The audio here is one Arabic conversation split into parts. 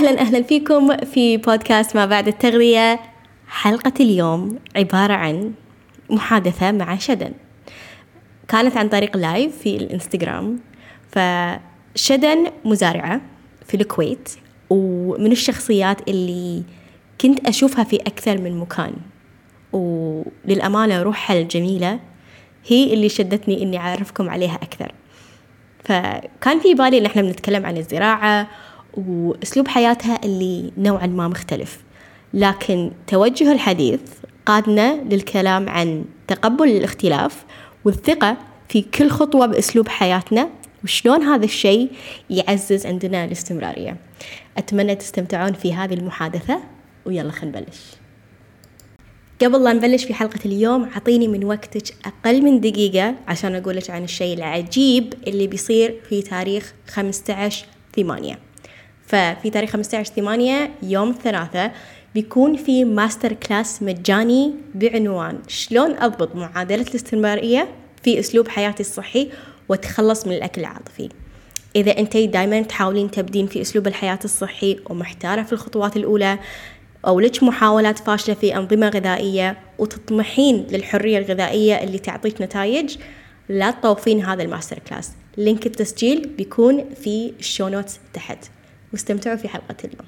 أهلا فيكم في بودكاست ما بعد التغذية. حلقة اليوم عبارة عن محادثة مع شدن، كانت عن طريق لايف في الانستغرام. فشدن مزارعة في الكويت، ومن الشخصيات اللي كنت أشوفها في أكثر من مكان، وللأمانة روحها الجميلة هي اللي شدتني إني أعرفكم عليها أكثر. فكان في بالي إن احنا بنتكلم عن الزراعة وأسلوب حياتها اللي نوعا ما مختلف، لكن توجه الحديث قادنا للكلام عن تقبل الاختلاف والثقة في كل خطوة بأسلوب حياتنا، وشلون هذا الشيء يعزز عندنا الاستمرارية. أتمنى تستمتعون في هذه المحادثة، ويلا خلينا نبلش. قبل لا نبلش في حلقة اليوم، عطيني من وقتك أقل من دقيقة عشان أقولك عن الشيء العجيب اللي بيصير في تاريخ 15/8. ففي تاريخ 15/8 يوم الثلاثاء بيكون في ماستر كلاس مجاني بعنوان شلون أضبط معادلة الاستمرارية في أسلوب حياتي الصحي وتخلص من الأكل العاطفي. إذا أنتي دايما تحاولين تبدين في أسلوب الحياة الصحي ومحتارة في الخطوات الأولى، أو لك محاولات فاشلة في أنظمة غذائية وتطمحين للحرية الغذائية اللي تعطيك نتائج، لا تطوفين هذا الماستر كلاس. لينك التسجيل بيكون في الشو نوتس تحت. واستمتعوا في حلقة اليوم.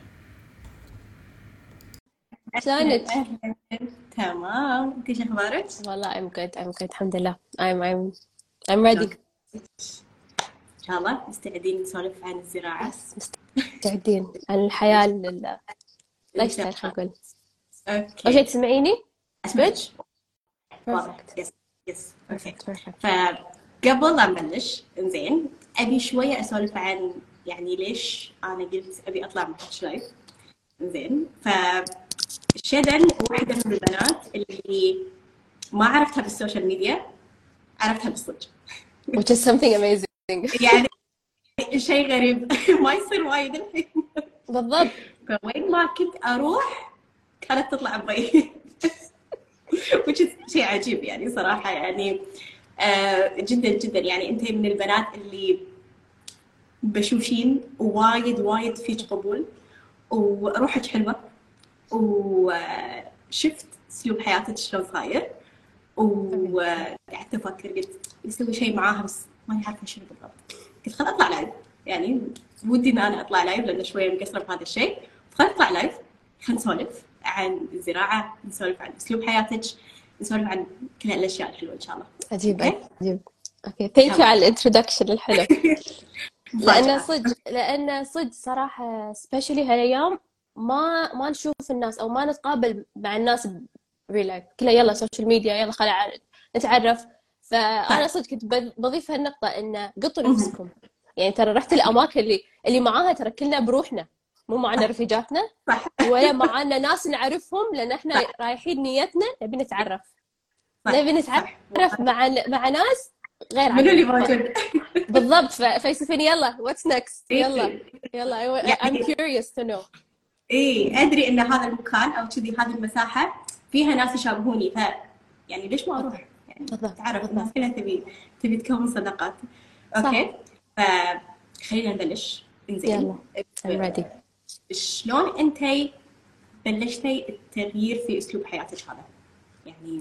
شلونك؟ تمام، انت شو اخبارك؟ والله I'm good الحمد لله. I'm ready. ان شاء الله مستعدين نسولف عن الزراعة. مستعدين عن الحياة لايف ستايل. خلينا نقول اوكي. أول شيء تسمعيني؟ اسمعك واضح. يس اوكي. فقبل لا نبلش، انزين، ابي شوية اسولف عن يعني ليش انا قلت ابي اطلع معك لايف. انزين، فشدن واحدة من البنات اللي ما عرفتها بالسوشيال ميديا، عرفتها بالصدق. which is something amazing. يعني شيء غريب ما يصير وايد الحين. بالضبط. فوين ما كنت اروح كانت تطلع بي which is شيء عجيب يعني صراحة. يعني جدا جدا، يعني انت من البنات اللي بشوفين وايد فيك قبول، وروحك حلوة، وشفت اسلوب حياتك شلون صاير، وقعدت افكر قلت يسوي شيء معاها بس ماني عارفه شنو بالضبط. قلت خل اطلع لايف، يعني ودي ان انا اطلع لايف لان شويه مقصره بهذا الشيء. خل اطلع لايف، خل نسولف عن الزراعه، نسولف عن اسلوب حياتك، نسولف عن كل الاشياء الحلوه ان شاء الله. عجيب. اوكي ثانك يو على الانترودكشن الحلو. لأن صدق صراحة سبيشلي هالايام ما نشوف الناس او ما نتقابل مع الناس ريل لايف، كلها يلا سوشيال ميديا، يلا خلينا نتعرف. فانا صدق كنت بضيف هالنقطة ان قطوا نفسكم. يعني ترى رحت الاماكن اللي معاها، ترى كلنا بروحنا، مو معنا رفيجاتنا ولا معنا ناس نعرفهم، لان احنا رايحين نيتنا نبي نتعرف. مع ناس غير منو اللي موجود. بالضبط. فيصيرين يلا واتس نكست، يلا I'm curious to know. ادري ان هذا المكان او كذي هذه المساحه فيها ناس يشابهوني، يعني ليش ما اروح؟ يعني تعرف الناس كلها تبي تكون صداقات. اوكي، فخلينا نبلش. انزين، يلا I'm ready. شلون انتي بلشتي التغيير في اسلوب حياتك هذا؟ يعني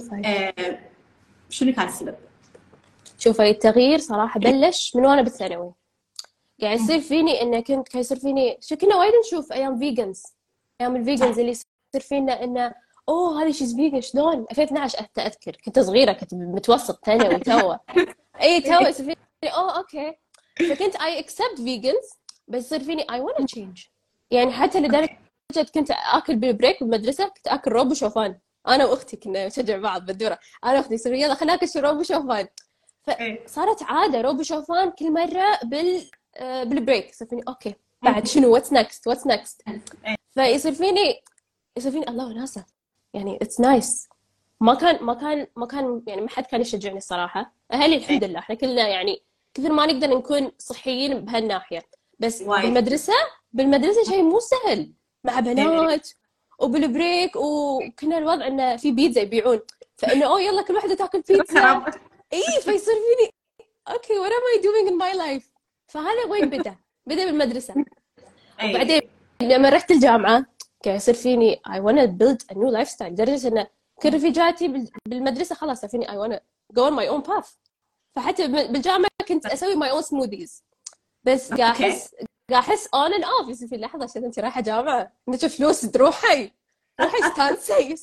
شنو كان السبب؟ شوفي، التغيير صراحة بلش من وانا بالثانوي. يعني يصير فيني انه كان يصير فيني كنا وايد نشوف ايام فيجنز، ايام الفيجنز اللي يصير فينا انه اوه هذه شيز فيجن. شلون 2012 اذكر كنت صغيرة، كنت متوسط ثانوي تو يصير فيني اوكي. فكنت I accept vegans، بس يصير فيني I wanna change. يعني حتى لدرجة كنت اكل بالبريك بالمدرسة، كنت اكل روب وشوفان انا واختي، كنا نشجع بعض بالدورة، انا واختي يصير يلا خلينا ناكل روب وشوفان. فصارت عادة روب وشوفان كل مرة بالبريك. يصير فيني اوكي بعد شنو what's next. فيصير فيني الله وناسة، يعني it's nice. ما كان يعني ما حد كان يشجعني الصراحة. اهلي الحمد لله احنا كلنا يعني كثر ما نقدر نكون صحيين بهالناحية، بس بالمدرسة شيء مو سهل مع بنات وبالبريك، وكنا الوضع انه في بيتزا يبيعون، فانه يلا كل واحدة تاكل بيتزا. فيصير فيني اوكي what am I doing in my life. فهذا وين بدأ بالمدرسة. وبعدين لما رحت الجامعة قاعد يصير فيني I wanna build a new lifestyle، لدرجة إن كل رفيجاتي بالمدرسة خلاص فيني I wanna go on my own path. فحتى بالجامعة كنت أسوي my own smoothies. بس قاعد أحس on and off. يصير في لحظة عشان أنت رايحة جامعة عندك فلوس تروحي استانسي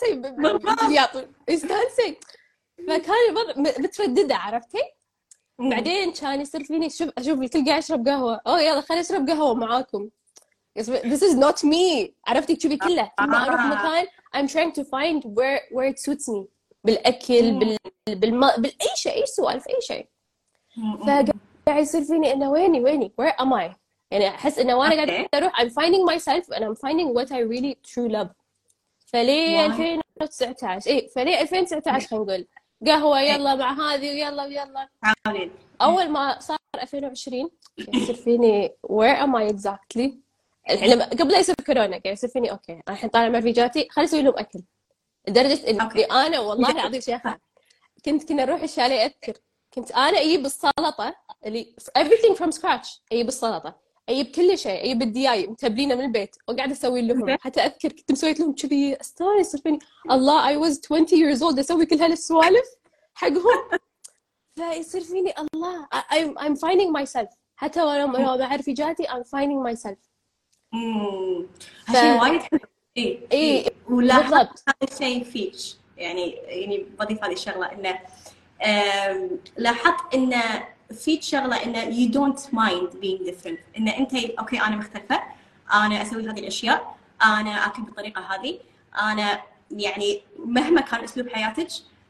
استانسي. فكان الوضع مترددة، عرفتي؟ بعدين كان يصير فيني أشوف الكل قاعد يشرب قهوة، يلا خليني أشرب قهوة معاكم. This is not me. عرفتي تشوفي كله كل ما أروح مكان I'm trying to find where it suits me، بالأكل بالأي شيء، أي سوالف أي شيء. فقاعد يصير فيني إنه ويني where am I؟ يعني أحس إنه وأنا قاعدة أروح I'm finding myself and I'm finding what I really true love. فليه 2019 فليه 2019 خلينا نقول قهوة يلا مع هذه ويلا أول ما صار 2020 يصير فيني where am I exactly؟ الحين قبل لا يصير كورونا قاعد يصير فيني اوكي انا الحين طالع مع رفيجاتي خلي اسوي لهم اكل، لدرجه اني انا والله العظيم شيخه كنا نروح الشاليه. اذكر كنت انا اجيب السلطه اللي everything from scratch، اجيب السلطه، اجيب كل شيء، اجيب الدياي متبلينه من البيت وقاعده اسوي لهم. حتى اذكر كنت مسويت لهم كذي استانس يصير فيني الله I was 20 years old اسوي كل هالسوالف حقهم. فيصير فيني الله I'm finding myself. حتى وانا مع رفيجاتي I'm finding myself. هالشيء وايد حلو. اي ولاحظت هذا الشيء فيش، يعني بضيف هذه الشغله انه لاحظت انه فيك شغله انه you don't mind being different، انه انت اوكي انا مختلفه، انا اسوي هذه الاشياء، انا اكل بالطريقه هذه، انا يعني مهما كان اسلوب حياتك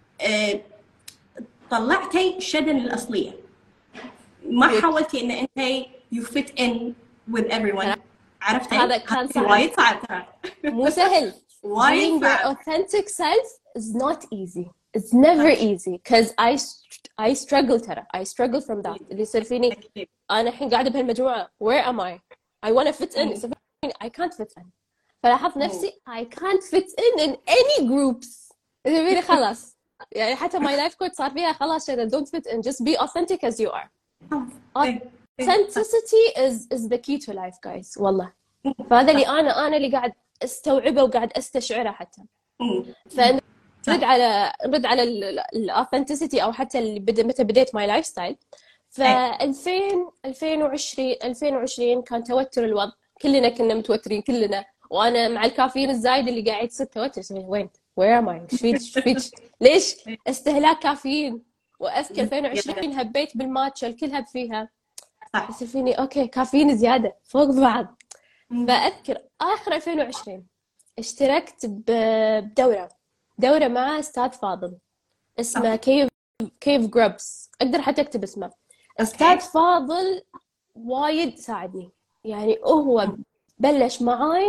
طلعتي شدن الاصليه، ما حاولتي ان انت you fit in with everyone. عرفتي هذا كان صعب، وايد صعب ترى، مو سهل. وايد Being your صعب. authentic self is not easy. It's never easy because I struggle ترى. I struggle from that. اللي يصير فيني أنا الحين قاعدة بهالمجموعة where am I want to fit in. يصير فيني I can't fit in. فلاحظت نفسي I can't fit in any groups. يصير فيني خلاص يعني حتى my life coach صار فيها خلاص don't fit in, just be authentic as you are. Authenticity is the key to life guys والله. فهذا اللي أنا اللي قاعد استوعبه وقاعد استشعره حتى. فنرد على الاوثنتسيتي او حتى اللي متى بديت ماي لايف ستايل. ف 2020 كان توتر الوضع، كلنا كنا متوترين كلنا، وانا مع الكافيين الزايد اللي قاعد يصير توتر. وين وير ام اي ايش فيك ليش استهلاك كافيين. واذكر 2020 هبيت بالماتشا الكل هب فيها، يصير فيني اوكي كافيين زياده فوق بعض. فاذكر اخر 2020 اشتركت بدوره مع استاذ فاضل اسمه كيف جروبس، اقدر حتى اكتب اسمه. استاذ فاضل وايد ساعدني، يعني هو بلش معاي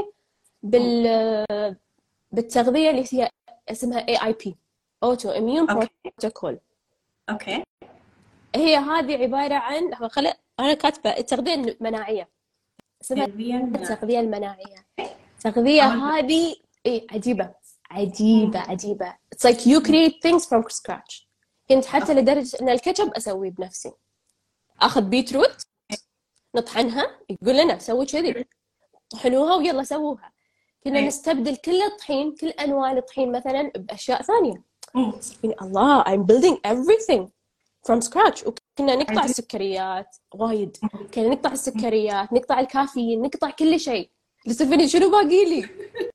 بالتغذيه اللي هي اسمها AIP Auto Immune Protocol. اوكي هي هذه عباره عن انا كاتبه التغذيه المناعيه، اسمها التغذيه المناعيه. التغذيه هذه عجيبه. It's like you create things from scratch. كنت حتى لدرجه ان الكاتشب اسويه بنفسي، اخذ بيتروت نطحنها، يقول لنا سوي كذي، طحنوها ويلا سووها. كنا نستبدل كل الطحين، كل انواع الطحين مثلا باشياء ثانيه. الله I'm building everything from scratch. وكنا نقطع السكريات وايد، كنا نقطع السكريات، نقطع الكافيين، نقطع كل شيء. يصير فيني شنو باقي لي؟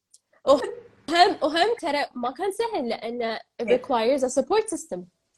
وهم ترى ما كان سهل لأنه requires a support system.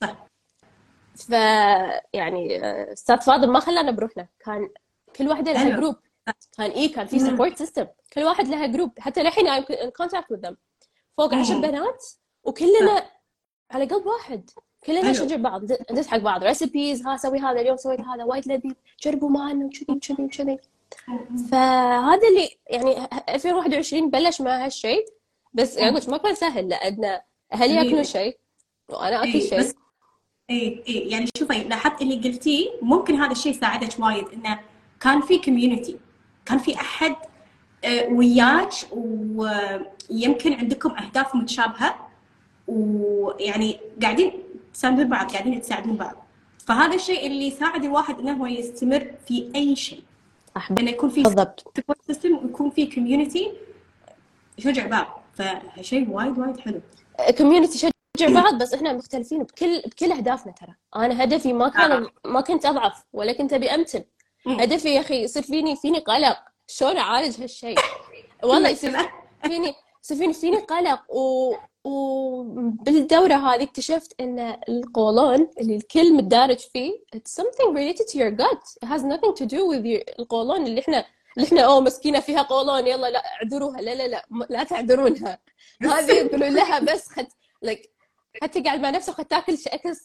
يعني أستاذ فاضل ما خلانا بروحنا، كان كل واحدة لها جروب. كان في support system، كل واحد لها جروب. حتى الحين I'm in contact with them. فوق 10 بنات وكلنا على قلب واحد، كلنا نشجع بعض، ندز حق بعض recipes. سوي هذا اليوم، سويت هذا وايد لذيذ، جربوا معنا وكذي. فهذا اللي يعني 2021 بلش مع هالشيء. بس يعني ما كان سهل لأن أهلي يأكلوا شيء وأنا أكل شيء. يعني شوفي لاحظت اللي قلتيه، ممكن هذا الشيء ساعدك وايد، إنه كان في community، كان في أحد وياك، ويمكن عندكم أهداف متشابهة، ويعني قاعدين تساندون بعض، قاعدين تساعدون بعض. فهذا الشيء اللي يساعد الواحد إنه هو يستمر في أي شيء. صح انه يكون في بالضبط. سبورت سيستم ويكون في كوميونتي يشجع بعض، فشيء وايد وايد حلو. كوميونتي شجع بعض، بس احنا مختلفين بكل اهدافنا. ترى انا هدفي ما كنت اضعف ولا كنت ابي امتن. هدفي يا اخي يصير فيني قلق، شلون اعالج هالشيء. والله يصير فيني قلق. وبالدورة هذه اكتشفت ان القولون اللي الكل متدارج فيه it's something related to your gut. It has nothing to do with القولون اللي احنا مسكينة فيها قولون، يلا لا اعذروها، لا تعذرونها. هذه يقولون لها بس حتى قاعد مع نفسه تاكل اكل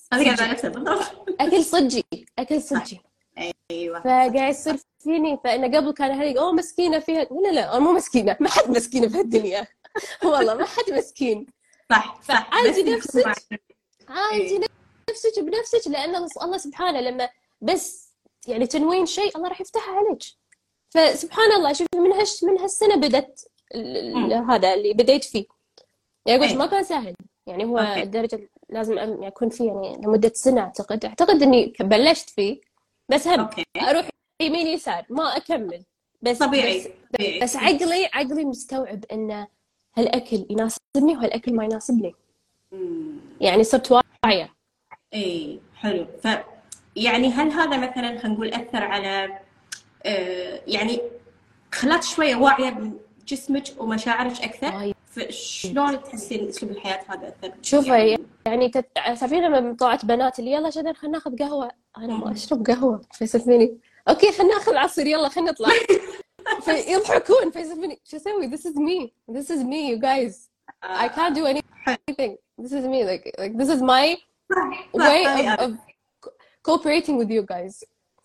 صجي. ايوه فقاعد يصير فيني. فانا قبل كان اهلي مسكينه فيها، لا انا مو مسكينه، ما حد مسكينه في الدنيا. والله ما حد مسكين. صح عالجي نفسك بنفسك، لان الله سبحانه لما بس يعني تنوين شيء الله راح يفتحها عليك. فسبحان الله شوفي من هالسنه بدت هذا اللي بديت فيه. يعني ما كان سهل، يعني هو الدرجه لازم يكون فيه يعني لمده سنه. اعتقد اني بلشت فيه، بس هم اروح يمين يسار ما اكمل. بس طبيعي. بس عقلي مستوعب ان هالاكل يناسبني وهالاكل ما يناسبني. يعني صرت واعيه. اي حلو. يعني هل هذا مثلا خلينا نقول اثر على يعني خلاك شويه واعيه بجسمك ومشاعرك اكثر؟ فشلون تحسين اسلوب الحياه هذا اثر؟ شوفي يعني تعرفين لما طلعت بنات اللي يلا شذا خلينا ناخذ قهوه، انا ما اشرب قهوه. فيصير فيني اوكي خلينا ناخذ عصير، يلا خلينا نطلع. فيضحكون. فيصير فيني شو اسوي؟ this is me you guys. I can't do anything. This is me. Like this is my way of cooperating with you guys.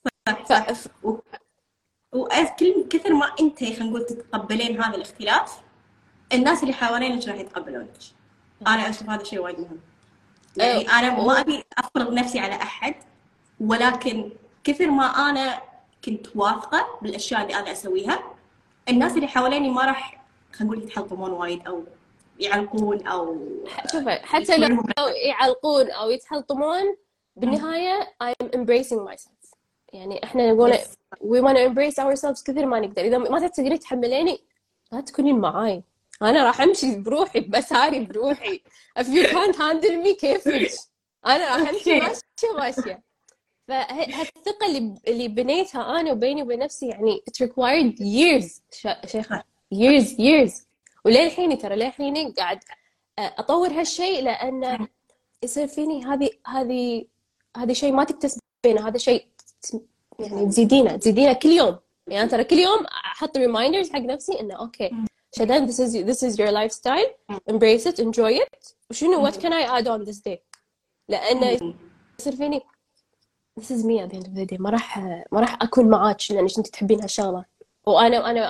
كثر ما انت خلينا نقول تتقبلين هذا الاختلاف، الناس اللي حوالينك راح يتقبلونك. انا اشوف هذا شيء وايد مهم. يعني انا ما ابي افرض نفسي على احد، ولكن كثر ما انا كنت واثقه بالاشياء اللي انا اسويها، الناس اللي حواليني ما راح خلينا نقول يتحطمون وايد او يعلقون او شوفي حتى لو يعلقون او يتحطمون بالنهايه I'm embracing myself. يعني احنا نقول we want to embrace ourselves كثر ما نقدر. اذا ما تقدرين تحمليني لا تكونين معاي، انا راح امشي بروحي بمساري بروحي. if you can't handle me كيفك، انا راح امشي ماشيه. فهالثقه اللي بنيتها انا وبيني وبين نفسي يعني it required years شيخه years. وللحين ترى للحين قاعد اطور هالشيء، لان يصير فيني هذه شيء ما تكتسبينه. هذا شيء يعني تزيدينه كل يوم. يعني ترى كل يوم احط reminders حق نفسي انه اوكي شدان this is your lifestyle, embrace it, enjoy it. وشنو what can I add on this day؟ لأن يصير فيني this is me at the end of the day. ما راح أكون معاك لأنك أنت تحبين هالشغلة وأنا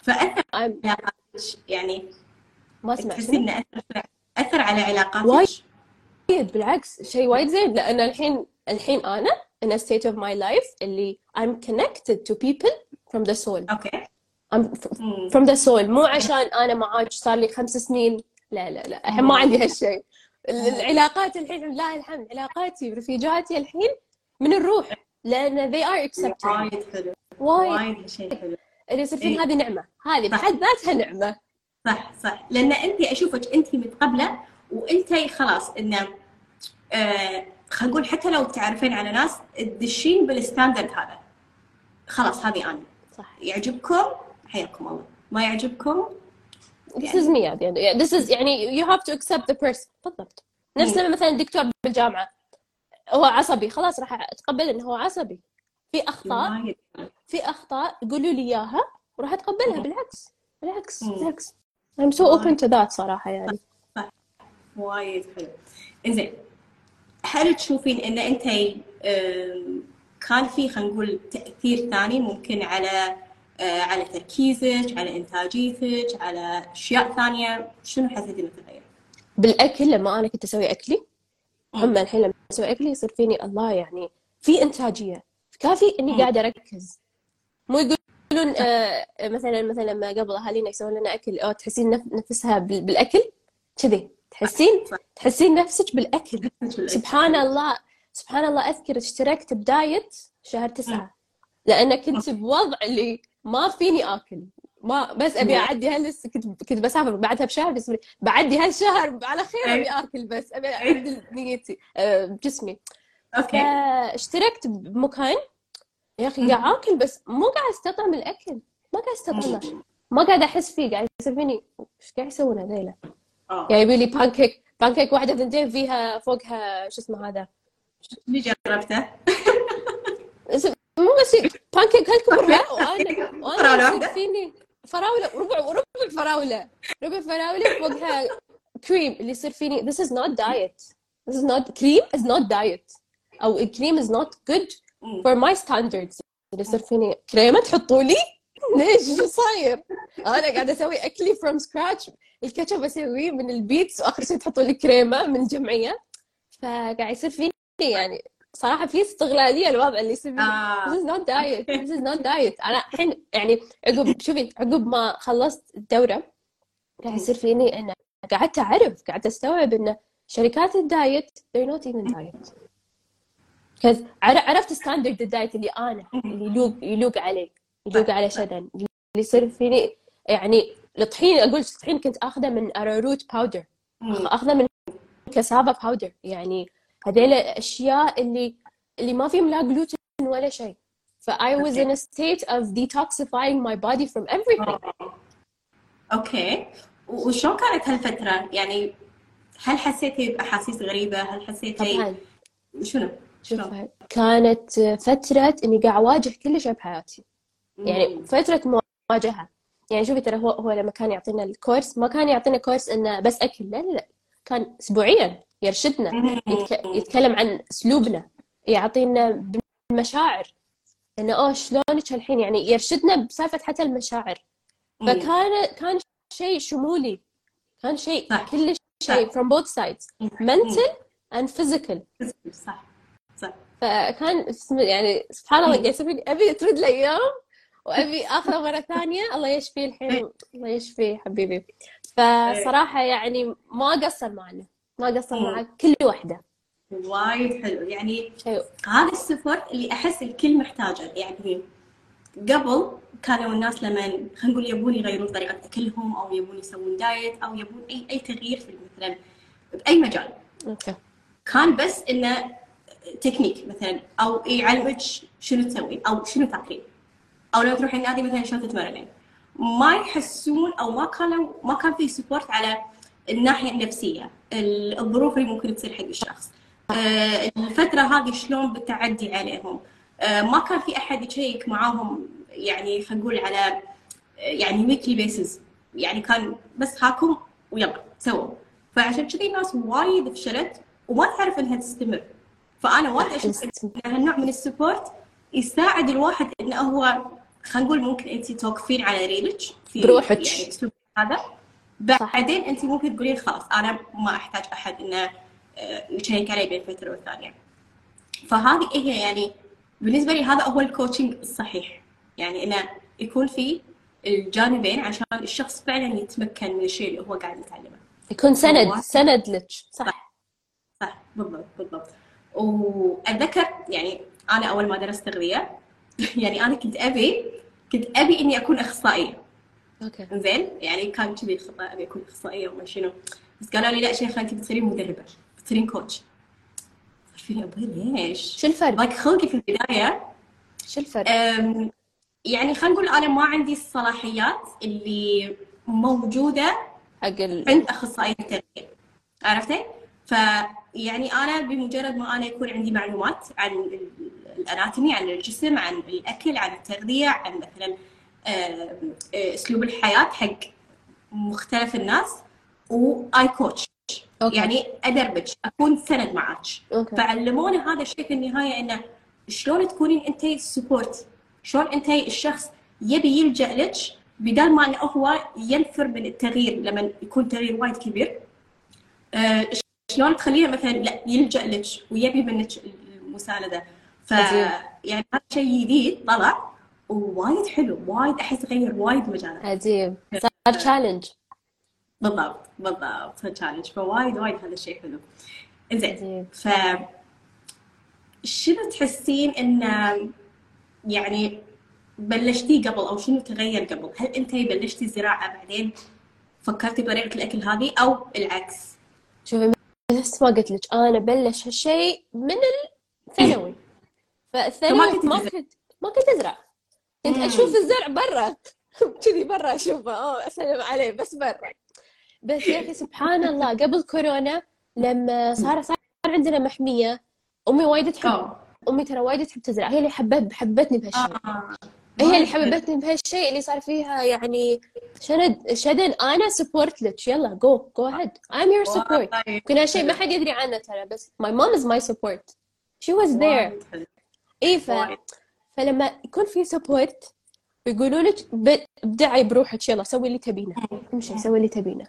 يعني ما سمعت. تحسين إنه أثر على علاقاتك؟ وايد بالعكس، شيء وايد زين. لأن الحين أنا in a state of my life اللي I'm connected to people from the soul. Okay. from the soul. مو عشان أنا معاك صار لي 5 سنين. لا الحين ما عندي هالشيء. العلاقات الحين لله الحمد، علاقاتي ورفيجاتي الحين من الروح، لأن they are accepted. وايد حلو. وايد شيء حلو. اللي يصير فين هذه نعمة، هذه بحد ذاتها نعمة. صح لأن أنت أشوفك أنت متقبلة، وأنت خلاص إنه خلينا نقول حتى لو تعرفين على ناس تدشين بالستاندرد هذا، خلاص هذه أنا. صح. يعجبكم حياكم الله، ما يعجبكم this is me يعني this is يعني you have to accept the person. بالضبط. نفس لما مثلا الدكتور بالجامعة هو عصبي، خلاص راح أتقبل إنه هو عصبي. في أخطاء قولوا لي إياها وراح أتقبلها. بالعكس I'm so open to that صراحة يعني. صح وايد حلو. إنزين، هل تشوفين إن أنت كان في خلينا نقول تأثير ثاني ممكن على تركيزك، على إنتاجيتك، على أشياء ثانية؟ شنو حسيتي إنه تغير؟ بالأكل لما أنا كنت أسوي أكلي، هم الحين لما أسوي أكلي يصير فيني الله يعني في إنتاجية كافي إني قاعدة أركز. مو يقولون مثلا لما قبل أهالينا يسوون لنا أكل تحسين نفسها بالأكل كذي، تحسين نفسك بالأكل. سبحان الله أذكر اشتركت بدايت شهر 9 لأن كنت بوضع اللي ما فيني اكل، ما بس ابي اعدي كنت بسافر بعدها بشهر، بس بعدي هالشهر على خير، ابي اكل بس ابي اعدل نيتي جسمي. اوكي. فاشتركت بمكان يا اخي قاعد اكل بس مو قاعد استطعم الاكل، ما قاعد استطعمه، ما قاعد احس فيه، قاعد يصير فيني ايش قاعد يسوون هذيلا. يعني يبي لي بانكيك واحده ثنتين فيها فوقها شو اسمه هذا، اللي جربته مو بس بانكيك هالكبرها، وانا يصير واحدة. فيني فراوله، ربع فراوله، ربع فراوله فوقها كريم، اللي يصير فيني this is not diet, this is not cream is not diet، او cream is not good for my standards. اللي يصير فيني كريمه تحطوا لي ليش شو صاير؟ انا قاعده اسوي اكلي from scratch، الكاتشب اسويه من البيتس، واخر شيء تحطوا لي كريمه من الجمعيه. فقاعد يصير فيني يعني صراحه في استغلاليه الوضع اللي يصير فيني. this is not diet, this is not diet. انا الحين يعني عقب ما خلصت الدوره قاعد يصير فيني انه قعدت اعرف، قعدت استوعب ان شركات الدايت they're not even diet. عرفت ستاندرد الدايت اللي انا اللي يلوق على شدن، اللي يصير فيني يعني الطحين، اقول الطحين كنت اخذه من اراروت باودر، اخذه من كسافه باودر، يعني هذيل الاشياء اللي ما فيهم لا جلوتين ولا شيء. ف I was in a state of detoxifying my body from everything. اوكي. وشلون كانت هالفترة؟ يعني هل حسيتي بأحاسيس غريبة؟ هل حسيتي طبعا شنو؟ كانت فترة اني قاعد اواجه كل شيء بحياتي، يعني فترة مواجهة. يعني شوفي ترى هو لما كان يعطينا الكورس ما كان يعطينا كورس انه بس اكل، لا كان اسبوعيا يرشدنا، يتكلم عن اسلوبنا، يعطينا بالمشاعر انه شلونك الحين، يعني يرشدنا بسالفة حتى المشاعر. كان شيء شمولي، كان شيء كل شيء from both sides mental and physical. صح. فكان يعني سبحان الله قاعد ابي ترد الايام وابي اخذه مره ثانيه. الله يشفيه الحين، الله يشفيه حبيبي. فصراحه يعني ما قصر معنا، ما قصر مع كل وحده. وايد حلو. يعني هذا السفر اللي احس الكل محتاجه. يعني قبل كانوا الناس لما خلينا نقول يبون يغيرون طريقه اكلهم، او يبون يسوون دايت، او يبون اي تغيير في مثلا باي مجال، كان بس انه تكنيك مثلا، او يعلمك شنو تسوين او شنو تاكلين، او لو تروحين النادي مثلا شلون تتمرنين. ما يحسون او ما كان في سبورت على الناحيه النفسيه، الظروف اللي ممكن تصير حق الشخص، الفتره هذه شلون بتعدي عليهم. ما كان في احد يشيك معاهم، يعني خلينا نقول على يعني ويكلي بيسز، يعني كان بس هاكم ويلا سووا. فعشان كذي الناس وايد فشلت وما تعرف انها تستمر. فانا وايد اشوف ان هالنوع من السبورت يساعد الواحد انه هو خلينا نقول ممكن انت توقفين على ريلك في بروحك، يعني اسلوب هذا، بعدين انت ممكن تقولين خلاص انا ما احتاج احد انه يشيك علي بين فتره والثانيه. فهذه هي يعني بالنسبه لي هذا هو الكوتشنج الصحيح، يعني انه يكون في الجانبين عشان الشخص فعلا يتمكن من الشيء اللي هو قاعد يتعلمه، يكون سند لك. صح بالضبط. واتذكر يعني انا اول ما درست تغذيه يعني انا كنت ابي اني اكون اخصائيه. اوكي زين، يعني كان كذي خطه ابي اكون اخصائيه وما شنو، بس قالوا لي لا شيخه انت بتصيرين مدربه، بتصيرين كوتش. فيني ابي ليش؟ شو الفرق؟ لايك خلقي في البدايه شو الفرق؟ يعني خلينا نقول انا ما عندي الصلاحيات اللي موجوده حق عند اخصائيه التغذيه، عرفتي؟ فيعني انا بمجرد ما انا يكون عندي معلومات عن الاناتومي، عن الجسم، عن الاكل، عن التغذيه، عن مثلا اسلوب الحياه حق مختلف الناس، واي كوتش يعني ادربك، اكون سند معك. فعلموني هذا الشيء في النهايه، انه شلون تكونين انت سبورت، شلون انت الشخص يبي يلجأ لك بدل ما انه هو ينفر من التغيير لما يكون تغيير وايد كبير. شلون تخليه مثلا لا يلجأ لك ويبي منك المساندة. يعني هذا شيء جديد طلع ووايد حلو، وايد احس غير وايد مجالات. عجيب، صار تشالنج. بالضبط صار تشالنج، فوايد هذا الشيء حلو. انزين، ف شنو تحسين انه يعني بلشتيه قبل او شنو تغير قبل؟ هل انت بلشتي زراعه بعدين فكرتي بطريقه الاكل هذه او العكس؟ شوفي نفس ما قلت لك، انا بلش هالشيء من الثانوي. فما فالثانوي كنت ما كنت ازرع، كنت اشوف الزرع برا كذي برا اشوفه، اسلم عليه بس برا. بس يا اخي سبحان الله، قبل كورونا لما صار عندنا محميه، امي وايد تحب، امي ترى وايد تحب تزرع، هي اللي حبتني بهالشيء. هي اللي حببتني بهالشيء اللي صار فيها يعني. شدن انا سبورت لك، يلا جو اهيد، I'm your support. كل هالشيء ما حد يدري عنه ترى، بس my mom is my support, she was there. اي فلما يكون في سبورت يقولوا لك ابدعي بروحك، يلا سوي اللي تبينه، امشي سوي اللي تبينه.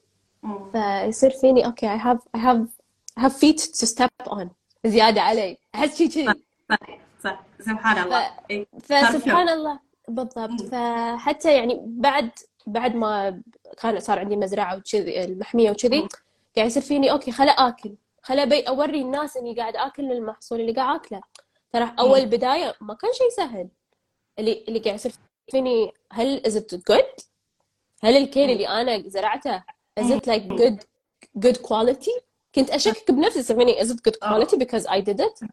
فيصير فيني اوكي I have feet to step on زيادة علي، احس شيء كذي. صح سبحان الله. فسبحان الله بالضبط. فحتى يعني بعد ما صار عندي مزرعة وكذي المحمية وكذي، قاعد يصير فيني اوكي خلا اكل، خلا اوري الناس اني قاعد اكل المحصول اللي قاعد اكله. ترى اول بداية ما كان شيء سهل. اللي قاعد يصير فيني، هل is it good؟ هل الكيل اللي انا زرعته is it like good quality؟ كنت اشكك بنفسي، سميني is it good quality because I did it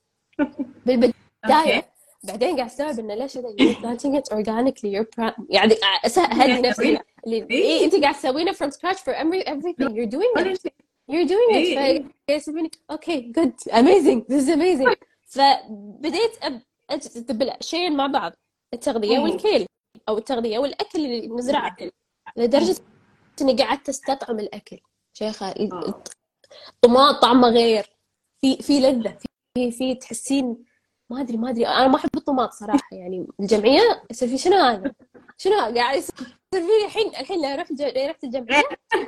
بالبداية. بعدين قاعد استوعب انه ليش هذا you're planting it organically يعني هدي نفسي اللي انت قاعد تسوينه from scratch for everything you're doing it فيسميني اوكي good amazing this is amazing. فبديت أجذب شيئين مع بعض، التغذية والكيل او التغذية والاكل اللي نزرعه، لدرجة اني قعدت استطعم الاكل شيخة. طماط طعمه غير، في لذة، في تحسين ما ادري انا ما احب الطماط صراحه. يعني الجمعيه يصير في شنو قاعد يصير فيني الحين لو رحت الجمعيه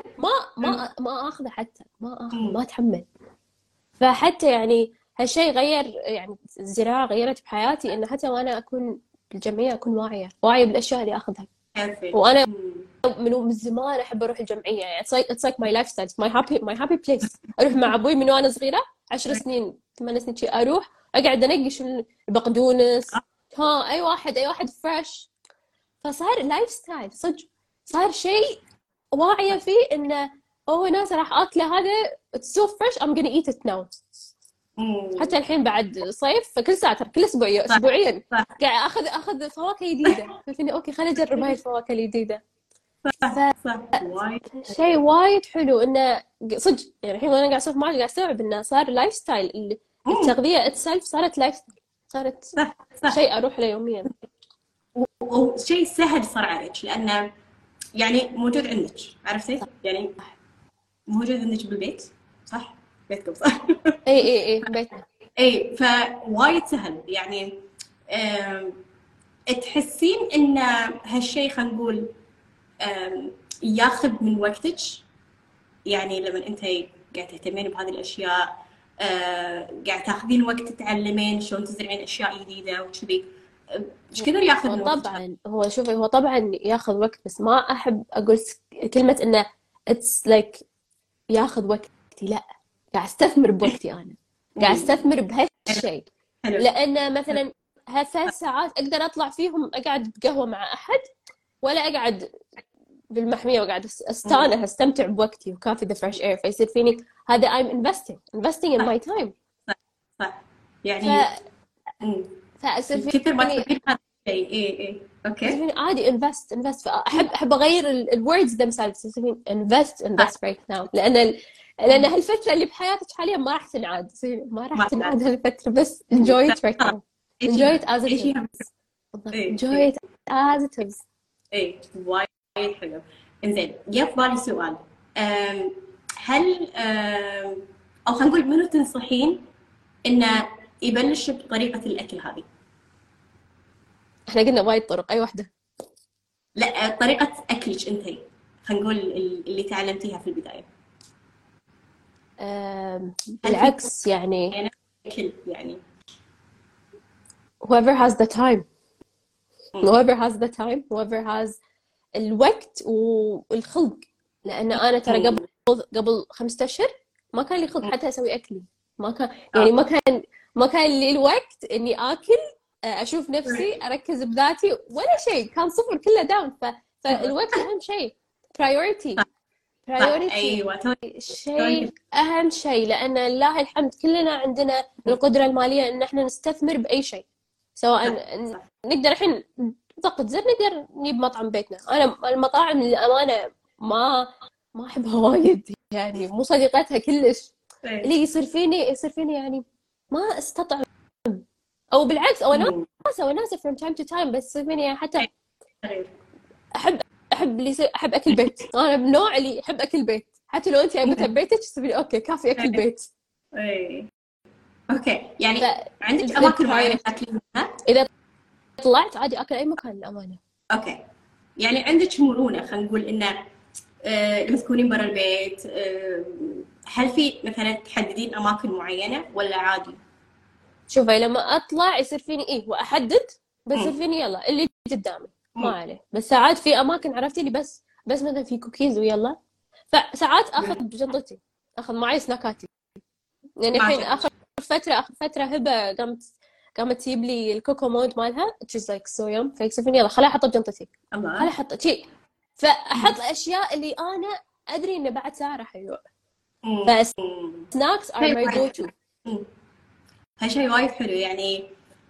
ما اخذه، حتى ما اخذ، ما اتحمل. فحتى يعني هالشيء غير، يعني الزراعه غيرت بحياتي، انه حتى وانا اكون بالجمعيه اكون واعيه بالاشياء اللي اخذها. وانا من زمان احب اروح الجمعيه، يعني it's like my lifestyle, my happy place. اروح مع ابوي من وانا صغيره 10 سنين 8 سنين شي، اروح اقعد انقش البقدونس، اي واحد فريش. فصار لايف ستايل صدق، صار شيء واعيه فيه انه ناس راح اكله هذا it's so fresh I'm gonna eat it now. حتى الحين بعد صيف، فكل ساعه كل اسبوعيا قاعد اخذ فواكه جديده، فيني اوكي خليني اجرب هاي الفواكه الجديده. شيء وايد حلو انه صدق. يعني الحين وانا قاعد اسولف معك قاعد استوعب انه صار لايف ستايل، التغذيه اتسلف صارت لايف ستايل، صارت شيء اروح له يوميا، وشيء سهل صار عليك لانه يعني موجود عندك، عرفتي؟ يعني موجود عندك بالبيت، صح؟ بيتكم صح؟ اي بيتنا. اي فوايد سهل يعني. تحسين ان هالشيء خلينا نقول ياخذ من وقتك؟ يعني لما انت قاعد تهتمين بهذه الاشياء، قاعد تاخذين وقت تتعلمين شلون تزرعين اشياء جديده وكذي، ايش كثر ياخذ من وقتك؟ طبعا شوفي هو طبعا ياخذ وقت، بس ما احب اقول كلمه انه اتس لايك ياخذ وقتي، لا، قاعد استثمر بوقتي، انا قاعد استثمر بهالشيء. لان مثلا ه3 ساعات اقدر اطلع فيهم اقعد بقهوه مع احد، ولا اقعد بالمحميه وقاعد استمتع بوقتي وكافي ذا فريش اير. فيصير فيني هذا I'm investing in my time. صح يعني فاصير فيني كثر ما تفكرين هذا الشيء. اي اوكي عادي invest. فاحب اغير الوردز themselves. يصير فيني invest right now، لان هالفتره اللي بحياتك حاليا ما راح تنعاد، ما راح تنعاد هالفتره، بس enjoy it right now. enjoy it as it is. enjoy it as it is. اي وايد حلو. انزين جاء في بالي سؤال، هل او خلينا نقول منو تنصحين انه يبلش بطريقه الاكل هذه؟ احنا قلنا وايد طرق، اي واحده؟ لا، طريقه اكلك انت، خلينا نقول اللي تعلمتيها في البدايه. بالعكس يعني اكل يعني whoever has the time الوقت والخلق. لان انا ترى قبل 5 أشهر ما كان لي خلق حتى اسوي اكلي، ما كان يعني ما كان لي الوقت اني اكل اشوف نفسي، اركز بذاتي، ولا شيء، كان صفر كله داون. فالوقت اهم شيء، برايورتي. ايوه شيء اهم شيء، لان لله الحمد كلنا عندنا القدره الماليه ان احنا نستثمر باي شيء، سواء نقدر الحين ضغط زر نقدر نجيب مطعم بيتنا. انا المطاعم للامانه ما احبها وايد، يعني مو صديقتها كلش. اللي يصير فيني يعني ما استطعم، او بالعكس او ناس from time to time، بس يصير فيني يعني حتى احب اللي يصير احب اكل بيت. انا من النوع اللي يحب اكل بيت، حتى لو انت جايبتها ببيتك تسوي اوكي كافي اكل بيت. اوكي يعني عندك اماكن معينه تاكلين منها؟ اذا طلعت عادي اكل اي مكان للامانه. اوكي يعني عندك مرونه، خلينا نقول انه لما تكونين برا البيت هل في مثلا تحددين اماكن معينه ولا عادي؟ شوفي لما اطلع يصير فيني واحدد، بس يصير فيني يلا اللي قدامي ما عليه. بس ساعات في اماكن عرفتي اللي بس مثلا في كوكيز ويلا، فساعات اخذ بجنطتي، اخذ معي سناكاتي. يعني الحين اخر فتره هبه قامت تجيب لي الكوكو مود مالها which is like so yum، فيصير فيني يلا خليني احطه بجنطتي، خليني احطه شيء، فاحط الاشياء اللي انا ادري انه بعد ساعه راح يروح. فسناكس are my go to. هالشيء وايد حلو. يعني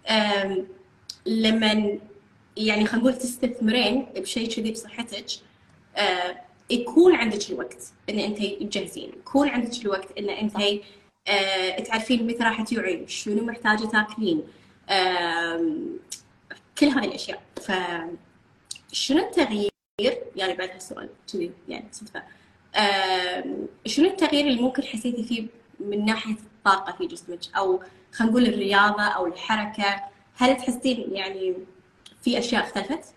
لما يعني خلينا نقول تستثمرين بشيء كذي بصحتك، يكون عندك الوقت ان انت تجهزين، يكون عندك الوقت ان انت تعرفين متى راح تجوعين، شنو محتاجه تاكلين، كل هذه الاشياء. فشنو التغيير يعني بعد هالسؤال كذي يعني صدفه، شنو التغيير اللي ممكن حسيتي فيه من ناحيه الطاقه في جسمك، او خلينا نقول الرياضه او الحركه؟ هل تحسين يعني في اشياء اختلفت؟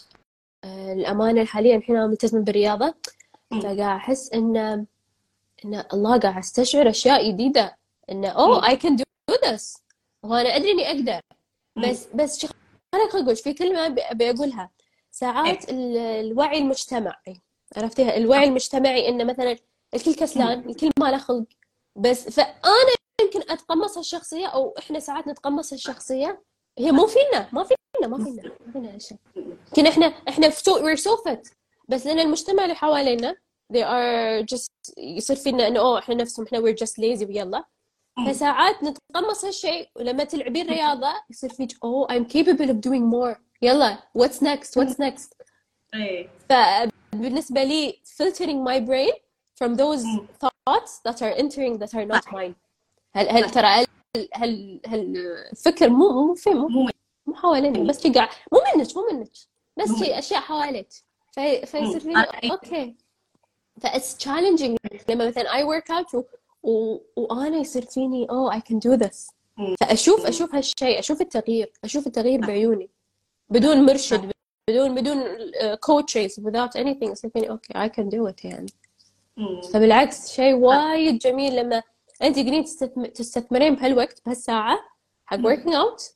الامانه حاليا الحين انا ملتزمه بالرياضه، فقاعد احس ان الله قاعد استشعر اشياء جديده، انه I can do this، وانا ادري اني اقدر. بس خليني اقول في كلمه بقولها ساعات، الوعي المجتمعي، عرفتيها؟ الوعي المجتمعي ان مثلا الكل كسلان، الكل ما له خلق، بس فانا يمكن اتقمص الشخصيه، او احنا ساعات نتقمص الشخصيه، هي مو فينا هالشيء. يمكن احنا we're so fit، بس لان المجتمع اللي حوالينا they are just يصير فينا انه احنا نفسهم احنا we're just lazy ويلا. فساعات نتقمص هالشيء، ولما تلعبين رياضه يصير فيك I'm capable of doing more، يلا what's next. فبالنسبه لي filtering my brain from those thoughts that are entering that are not mine. هل ترى الفكر مو حواليني، بس قاعد مو منك، بس شيء اشياء حواليك، فيصير فيني اوكي. فاس تشالنجينج لما مثلا I work out وانا يصير فيني I can do this. فاشوف هالشيء، اشوف التغيير بعيوني، بدون مرشد، بدون coaches without anything. يصير فيني اوكي I can do it يعني. فبالعكس شيء وايد جميل لما انت قاعدين تستثمرين بهالوقت بهالساعه حق working out.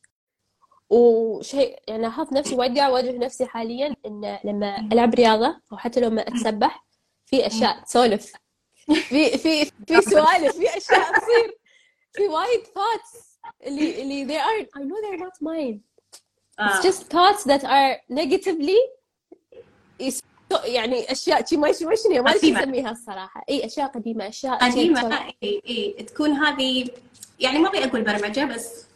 وشيء يعني لاحظت نفسي وايد قاعد اواجه نفسي حاليا، ان لما العب رياضه او حتى لما اتسبح في اشياء تسولف، في سوالف، في اشياء تصير، في وايد thoughts اللي they are I know they're not mine. It's just thoughts that are negatively يعني اشياء شي ما ادري ما اسميها الصراحه. اشياء قديمه، اشياء قديمه. تكون هذه يعني ما ابي اقول برمجه، بس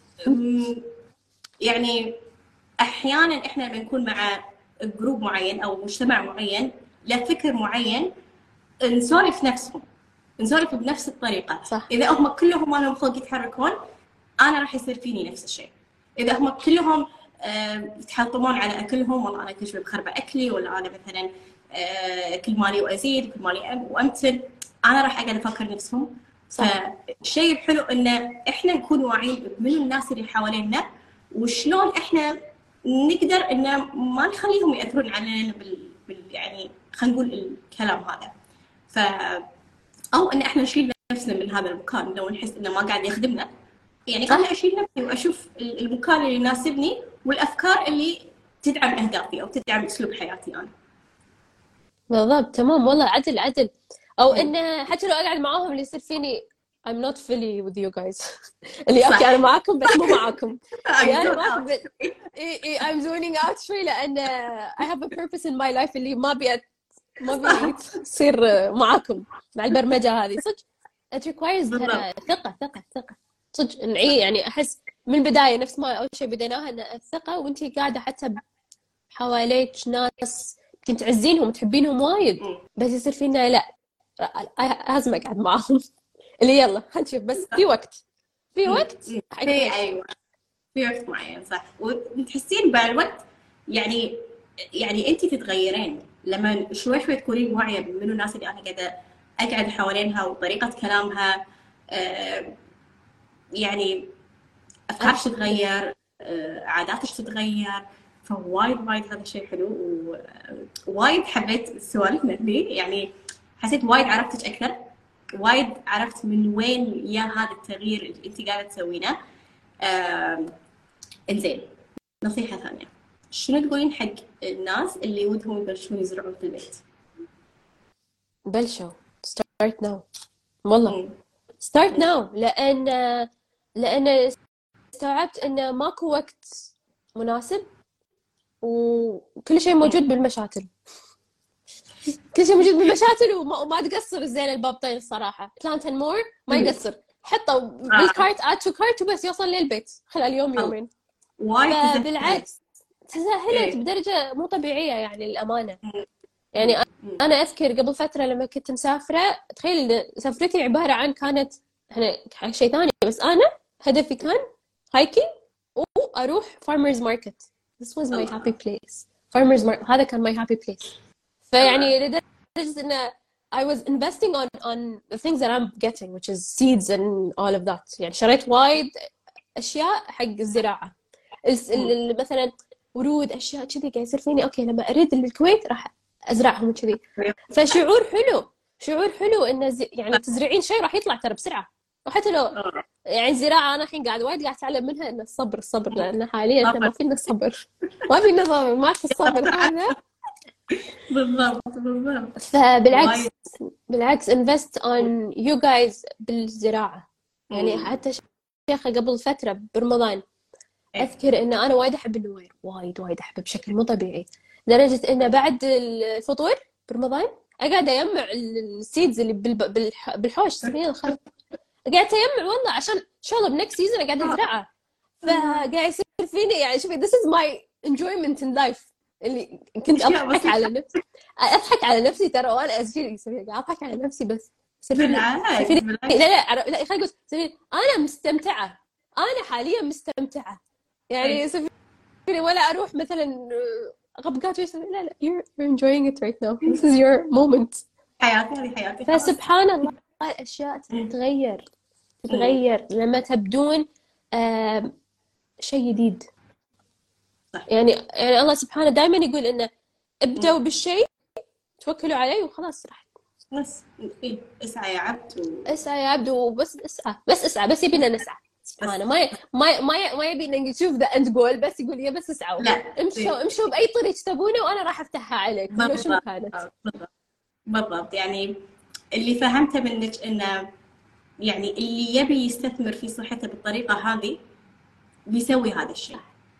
يعني احيانا احنا لما نكون مع جروب معين او مجتمع معين له فكر معين، نسولف بنفس الطريقه. صح. اذا هم كلهم ما لهم خلق يتحركون، انا راح يصير فيني نفس الشيء. اذا هم كلهم يتحطمون على اكلهم، والله انا كل شوي بخربه اكلي، ولا انا مثلا كل مالي وازيد، كل مالي وامثل، انا راح اقعد افكر نفسهم. فالشيء الحلو ان احنا نكون واعيين من الناس اللي حوالينا، وشلون احنا نقدر ان ما نخليهم ياثرون علينا يعني خلينا نقول الكلام هذا. او ان احنا نشيل نفسنا من هذا المكان لو نحس انه ما قاعد يخدمنا. يعني انا اشيل نفسي واشوف المكان اللي يناسبني والافكار اللي تدعم اهدافي او تدعم اسلوب حياتي انا. بالضبط، تمام والله، عدل. او انه حتى لو اقعد معاهم اللي يصير فيني I'm not fully with you guys. اللي اوكي انا معاكم بس مو معاكم. اللي انا معاكم I'm zoning out شوي لان I have a purpose in my life اللي ما ابي تصير معاكم مع البرمجة هذه. صدق it requires ترى ثقة صدق نعي يعني. احس من البداية نفس ما اول شيء بديناها ان الثقة، وانتي قاعدة حتى حواليك ناس كنت تعزينهم تحبينهم وايد، بس يصير فينا لا لازم اقعد معاهم اللي يلا هنشوف بس في وقت ايوه في وقت معين صح. وتحسين بالوقت يعني انت تتغيرين لما شوي تكونين واعيه منو الناس اللي انا قاعده اقعد حوالينها وطريقه كلامها. يعني افكارك تتغير، عاداتك تتغير. فوايد هذا شيء حلو، ووايد حبيت سوالفنا فيه. يعني حسيت وايد عرفتك اكثر، وايد عرفت من وين يا هذا التغيير اللي انت قاعده تسوينه. انزين، نصيحه ثانيه، شنو تقولين حق الناس اللي ودهم يبلشون يزرعون في البيت؟ بلشوا start now والله. start now لأن استوعبت إن ماكو وقت مناسب، وكل شيء موجود بالمشاتل. كل شيء موجود بالمشاتل وما تقصر. زين البابطين الصراحة بلانت اند مور ما يقصر، حطه بالكارت اد تو كارت وبس يوصل للبيت خلال يوم يومين. بالعكس تسهلت بدرجة مو طبيعية يعني الأمانة. يعني أنا أذكر قبل فترة لما كنت مسافرة، تخيل سفرتي عبارة عن كانت هنا شيء ثاني، بس أنا هدفي كان هايكينج وأروح farmers market. This was my happy place. farmers market هذا كان my happy place. فيعني لدرجة إن I was investing on the things that I'm getting, which is seeds and all of that. يعني شريت وايد أشياء حق الزراعة، مثلا ورود، أشياء كذي قاعد يصير فيني أوكي لما أريد الكويت راح أزرعهم كذي. فشعور حلو إنه يعني تزرعين شيء راح يطلع ترى بسرعة. وحتى لو يعني الزراعة أنا الحين وايد قاعد أتعلم منها إن الصبر لأن حاليا إحنا ما فينا الصبر ما في الصبر هذا. بالضبط. فبالعكس invest on you guys بالزراعة. يعني حتى شيخة قبل فترة برمضان أذكر إن أنا وايد أحب النوير، وايد أحبه بشكل مو طبيعي، لدرجة إنه بعد الفطور برمضان أقعد أجمع السيدز اللي بالحوش سمين الخل، قاعد أجمع والله عشان إن شاء الله بنكست سيزون قاعد أزرعها. فقاعد يصير فيني يعني شوفي this is my enjoyment in life اللي كنت أضحك على نفسي ترى وأنا أسجل قاعد أضحك على نفسي بس بالعكس. لا خليني أقول أنا مستمتعة، أنا حاليا مستمتعة يعني ولا أروح مثلا غبقات لا you're enjoying it right now, this is your moment. حياتي فسبحان الله الأشياء تتغير لما تبدون شيء جديد. يعني الله سبحانه دائما يقول إنه ابدأوا بالشيء توكلوا عليه وخلاص راح بس اسعى يا عبد اسعى يا عبد وبس اسعى بس يبينا نسعى. سبحانه ما يبينا نشوف ذا اند جول، بس يقول يا بس اسعوا امشوا باي طريق تبونه وانا راح افتحها عليك لو شو كانت. بالضبط. يعني اللي فهمته منك انه يعني اللي يبي يستثمر في صحته بالطريقه هذه بيسوي هذا الشيء.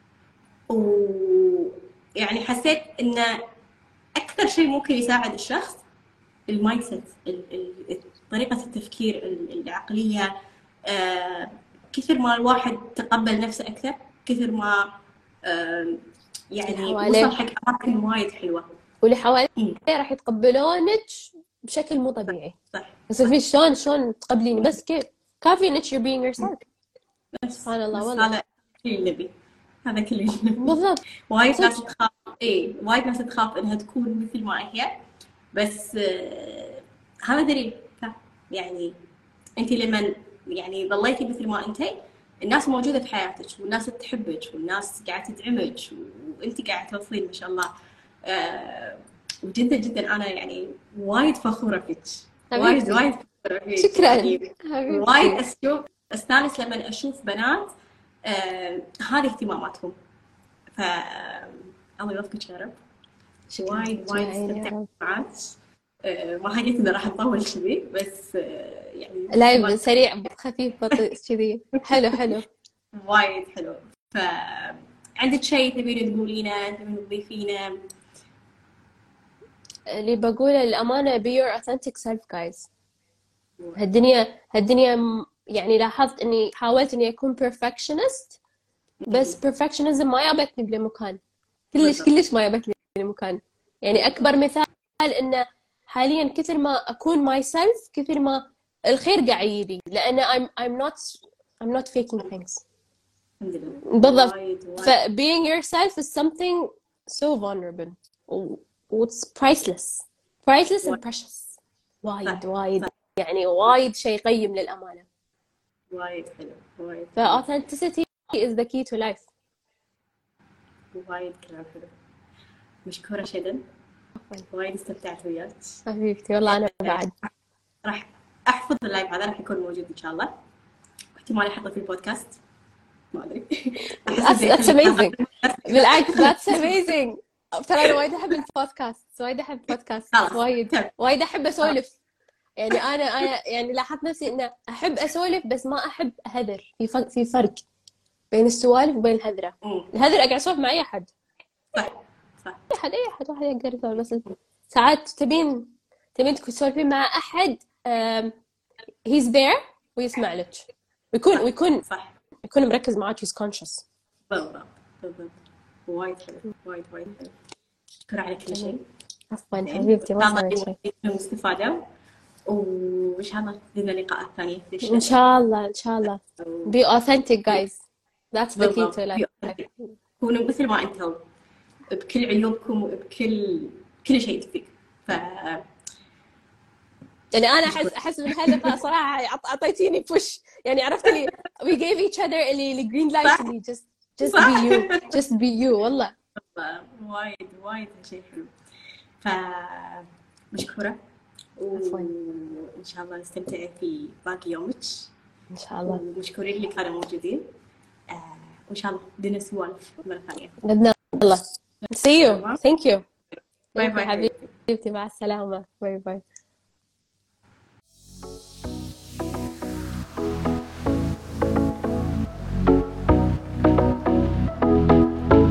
ويعني حسيت انه اكثر شيء ممكن يساعد الشخص المايند سيت، طريقه التفكير، العقليه. كثر ما الواحد تقبل نفسه أكثر، كثر ما يعني وصل حق أماكن وايد حلوة، واللي حواليه راح يتقبلونك بشكل مو طبيعي. صح. بس في شلون تقبليني بس كيف كافي إنك you're being yourself. سبحان الله والله. هذا كل اللي نبي، هذا كل اللي نبي. بالضبط. وايد ناس تخاف، وايد ناس تخاف إنها تكون مثل ما هي، بس هذا دليل. يعني أنت لما يعني ظليتي مثل ما أنتي، الناس موجودة في حياتك، والناس تحبك، والناس قاعدة تدعمك، وأنتي قاعدة توصلين ما شاء الله. وجدا أنا يعني وايد فخورة فيك، وايد فخورة فيك. شكرا. يعني وايد أستانس لما أشوف بنات هذه اهتماماتهم. الله يوفقك يا رب. وايد استمتعت معك، ما حكيت إنه راح نطول كذي، بس يعني لايف سريع خفيف بطيء كذي. حلو حلو. وايد حلو. فعندك شيء تبين تقولينه، تبين تضيفينه؟ اللي بقوله للأمانة be your authentic self guys. هالدنيا يعني لاحظت إني حاولت إني أكون perfectionist، بس perfectionism ما جابتني بلمكان، كلش ما جابتني بلمكان. يعني أكبر مثال إنه حاليا كثر ما أكون myself كثر ما الخير قاعد يجي، لأن I'm not faking things. الحمد لله. بالضبط. وايد ف being yourself is something so vulnerable it's priceless and precious. وايد يعني وايد شيء قيم للأمانة. وايد حلو. وايد ف authenticity is the key to life. وايد كلام حلو. مشكورة شدن، وايد استمتعت وياك حبيبتي والله. أنا بعد راح احفظ اللايف هذا، راح يكون موجود ان شاء الله، احتمال احطه في البودكاست ما ادري. that's amazing. بالعكس that's amazing. ترى أنا وايد أحب البودكاست، وايد أحب أسولف. يعني أنا يعني لاحظت نفسي إن أحب أسولف بس ما أحب أهذر. في فرق بين السوالف وبين الهذرة. الهذرة أقعد أسولف مع أي أحد، صح أي أحد واحد يقدر يسولف، بس ساعات تبين تسولفين مع أحد he's there ويسمع لك، ويكون مركز معك، he's conscious. بالضبط. وايد حلو. وايد حلو. شكرا على كل شيء. عفوا حبيبتي، ما سويت شيء. استفادة، وإن شاء الله لنا لقاءات ثانية. إن شاء الله. be authentic guys, that's the key to life. كونوا مثل ما أنتم، بكل عيوبكم وبكل شيء فيك. يعني أنا أحس من هاللقاء صراحة أعطيتيني push. يعني عرفت لي we gave each other اللي green light اللي just be you والله. وايد شيء حلو. مشكورة، وإن شاء الله نستمتع في باقي يومك إن شاء الله. ومشكورين اللي كانوا موجودين، وإن شاء الله بدنا سوالف مرة ثانية بإذن الله. see you. thank you. باي باي حبيبتي، مع السلامة. باي باي.